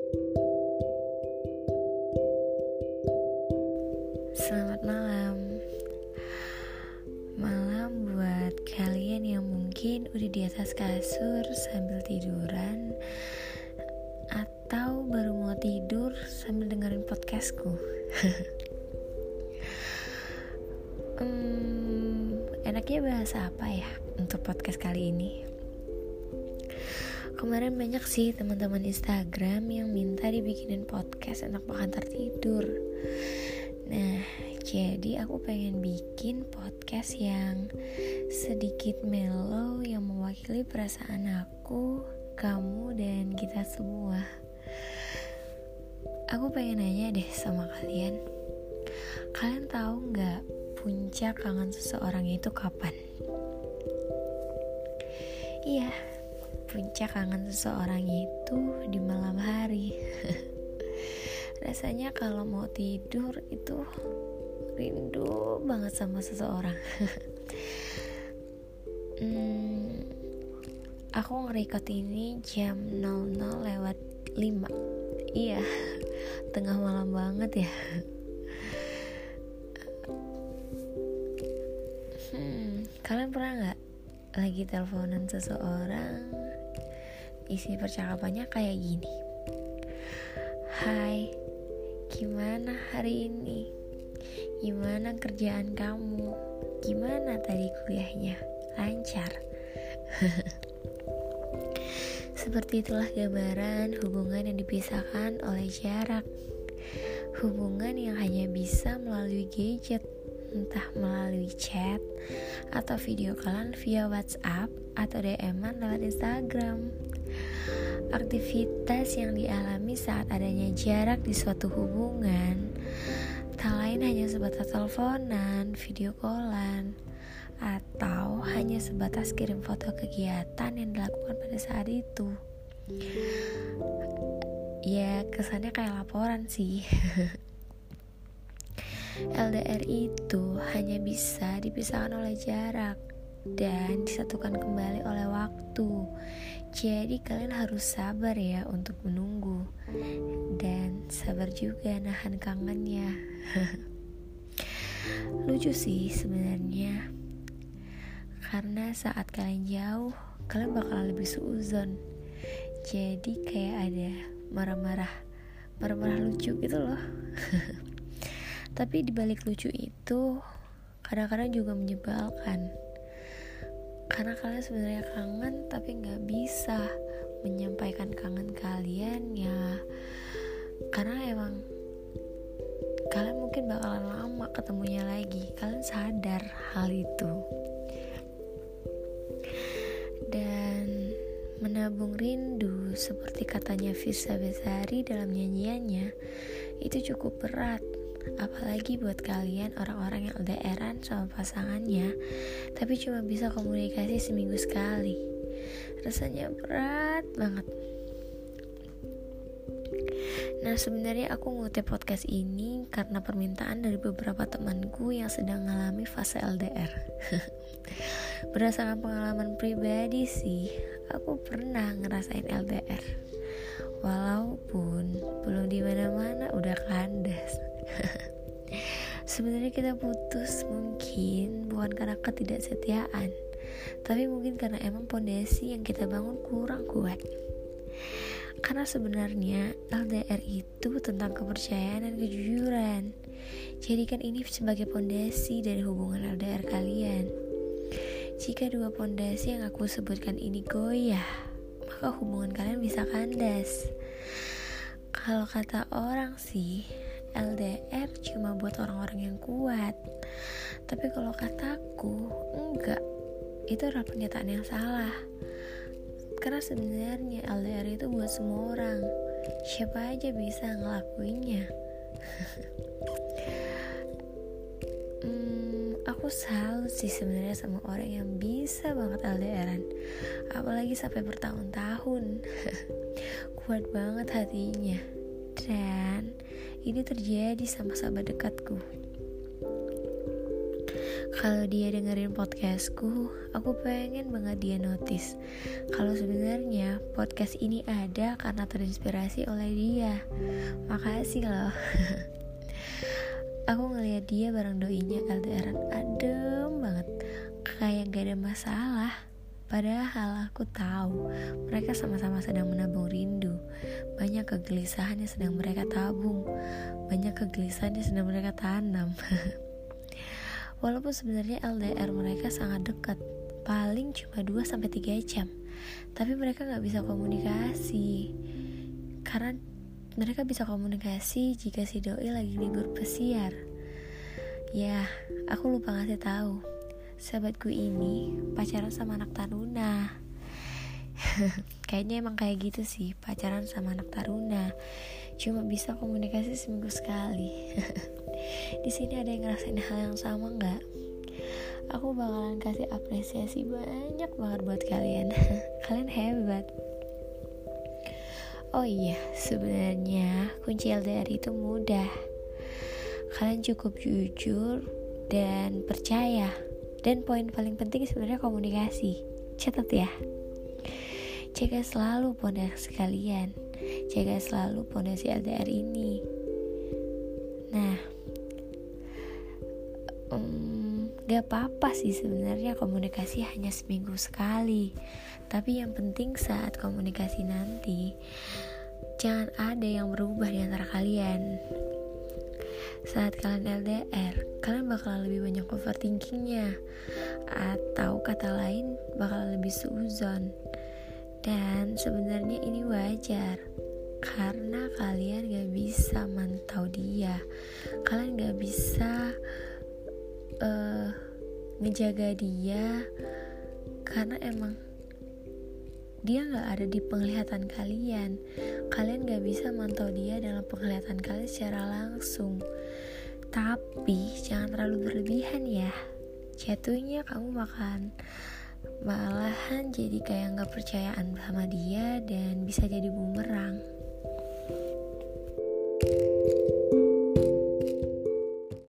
Selamat malam. Malam buat kalian yang mungkin udah di atas kasur sambil tiduran, atau baru mau tidur sambil dengerin podcastku. Enaknya bahas apa ya untuk podcast kali ini? Kemarin banyak sih teman-teman Instagram yang minta dibikinin podcast untuk pengantar tidur. Nah, jadi aku pengen bikin podcast yang sedikit mellow, yang mewakili perasaan aku, kamu, dan kita semua. Aku pengen nanya deh sama kalian. Kalian tahu gak puncak kangen seseorang itu kapan? Iya, puncak kangen seseorang itu di malam hari. Rasanya kalau mau tidur itu rindu banget sama seseorang. Aku nge-record ini jam 00:05. Iya, tengah malam banget ya. Kalian pernah gak lagi teleponan seseorang, isi percakapannya kayak gini: "Hai, gimana hari ini? Gimana kerjaan kamu? Gimana tadi kuliahnya? Lancar?" Seperti itulah gambaran hubungan yang dipisahkan oleh jarak. Hubungan yang hanya bisa melalui gadget, entah melalui chat atau video callan via WhatsApp atau DM-an lewat Instagram. Aktivitas yang dialami saat adanya jarak di suatu hubungan tak lain hanya sebatas teleponan, video callan, atau hanya sebatas kirim foto kegiatan yang dilakukan pada saat itu. Ya, kesannya kayak laporan sih. LDR itu hanya bisa dipisahkan oleh jarak dan disatukan kembali oleh waktu. Jadi kalian harus sabar ya untuk menunggu, dan sabar juga nahan kangennya. Lucu sih sebenarnya, karena saat kalian jauh, kalian bakal lebih suuzon. Jadi kayak ada marah-marah lucu gitu loh. Tapi dibalik lucu itu kadang-kadang juga menyebalkan, karena kalian sebenarnya kangen tapi gak bisa menyampaikan kangen kalian ya, karena emang kalian mungkin bakalan lama ketemunya lagi. Kalian sadar hal itu. Dan menabung rindu, seperti katanya Firsa Besari dalam nyanyiannya, itu cukup berat. Apalagi buat kalian orang-orang yang LDR-an sama pasangannya, tapi cuma bisa komunikasi seminggu sekali. Rasanya berat banget. Nah, sebenarnya aku ngutip podcast ini karena permintaan dari beberapa temanku yang sedang mengalami fase LDR. Berdasarkan pengalaman pribadi sih, aku pernah ngerasain LDR. Walaupun belum di mana-mana udah kandas. Sebenarnya kita putus mungkin bukan karena ketidaksetiaan, tapi mungkin karena emang pondasi yang kita bangun kurang kuat. Karena sebenarnya LDR itu tentang kepercayaan dan kejujuran. Jadikan ini sebagai pondasi dari hubungan LDR kalian. Jika dua pondasi yang aku sebutkan ini goyah, maka hubungan kalian bisa kandas. Kalau kata orang sih, LDR cuma buat orang-orang yang kuat. Tapi kalau kataku, enggak. Itu adalah pernyataan yang salah. Karena sebenarnya LDR itu buat semua orang. Siapa aja bisa ngelakuinnya. Aku salut sih sebenarnya sama orang yang bisa banget LDRan, apalagi sampai bertahun-tahun. Kuat banget hatinya. Dan ini terjadi sama sahabat dekatku. Kalau dia dengerin podcastku, aku pengen banget dia notice kalau sebenarnya podcast ini ada karena terinspirasi oleh dia. Makasih loh. Aku ngeliat dia bareng doinya LDRan adem banget, kayak gak ada masalah. Padahal aku tahu mereka sama-sama sedang menabung rindu. Banyak kegelisahan yang sedang mereka tabung, banyak kegelisahan yang sedang mereka tanam. Walaupun sebenarnya LDR mereka sangat dekat, paling cuma 2-3 jam, tapi mereka gak bisa komunikasi. Karena mereka bisa komunikasi jika si doi lagi libur pesiar. Ya, aku lupa ngasih tahu, sahabatku ini pacaran sama anak taruna. Kayaknya emang kayak gitu sih, pacaran sama anak taruna. Cuma bisa komunikasi seminggu sekali. Di sini ada yang ngerasain hal yang sama nggak? Aku bakalan kasih apresiasi banyak banget buat kalian. Kalian hebat. Oh iya, sebenarnya kunci LDR itu mudah. Kalian cukup jujur dan percaya. Dan poin paling penting sebenarnya komunikasi. Catat ya. Jaga selalu pondasi kalian. Jaga selalu pondasi LDR ini. Nah, gak apa-apa sih sebenarnya komunikasi hanya seminggu sekali. Tapi yang penting saat komunikasi nanti, jangan ada yang berubah di antara kalian. Saat kalian LDR, kalian bakalan lebih banyak overthinkingnya, atau kata lain bakalan lebih suuzon. Dan sebenarnya ini wajar, karena kalian gak bisa mantau dia. Kalian gak bisa ngejaga dia, karena emang dia gak ada di penglihatan kalian. Kalian gak bisa mantau dia dalam penglihatan kalian secara langsung. Tapi jangan terlalu berlebihan ya. Jatuhnya kamu malahan jadi kayak gak percayaan sama dia, dan bisa jadi bumerang.